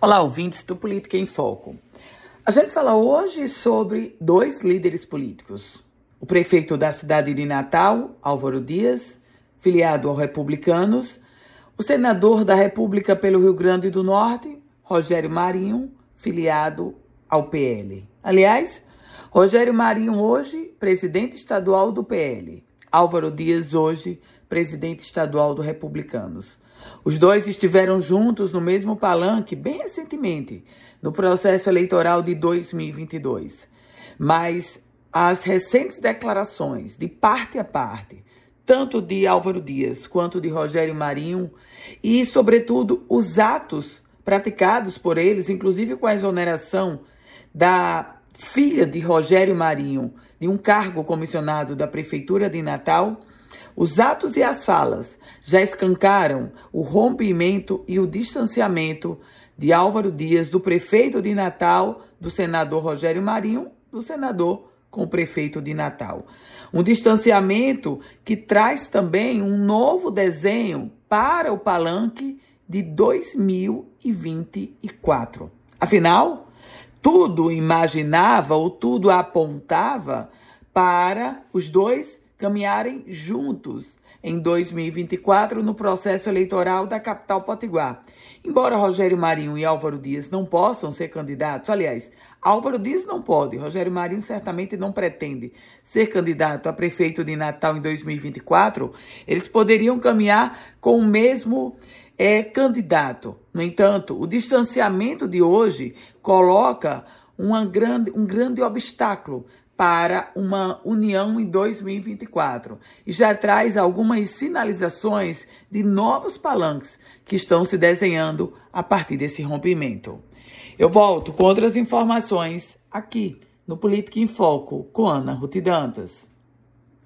Olá, ouvintes do Política em Foco. A gente fala hoje sobre dois líderes políticos. O prefeito da cidade de Natal, Álvaro Dias, filiado aos Republicanos, o senador da República pelo Rio Grande do Norte, Rogério Marinho, filiado ao PL. Aliás, Rogério Marinho hoje, presidente estadual do PL. Álvaro Dias hoje, presidente estadual do Republicanos. Os dois estiveram juntos no mesmo palanque bem recentemente, no processo eleitoral de 2022. Mas as recentes declarações, de parte a parte, tanto de Álvaro Dias quanto de Rogério Marinho, e, sobretudo, os atos praticados por eles, inclusive com a exoneração da filha de Rogério Marinho, de um cargo comissionado da Prefeitura de Natal, os atos e as falas já escancaram o rompimento e o distanciamento de Álvaro Dias, do prefeito de Natal, do senador Rogério Marinho, do senador com o prefeito de Natal. Um distanciamento que traz também um novo desenho para o palanque de 2024. Afinal, tudo imaginava ou tudo apontava para os dois caminharem juntos em 2024 no processo eleitoral da capital potiguar. Embora Rogério Marinho e Álvaro Dias não possam ser candidatos, aliás, Álvaro Dias não pode, Rogério Marinho certamente não pretende ser candidato a prefeito de Natal em 2024, eles poderiam caminhar com o mesmo candidato. No entanto, o distanciamento de hoje coloca um grande obstáculo para uma união em 2024 e já traz algumas sinalizações de novos palanques que estão se desenhando a partir desse rompimento. Eu volto com outras informações aqui no Política em Foco com Ana Ruth Dantas.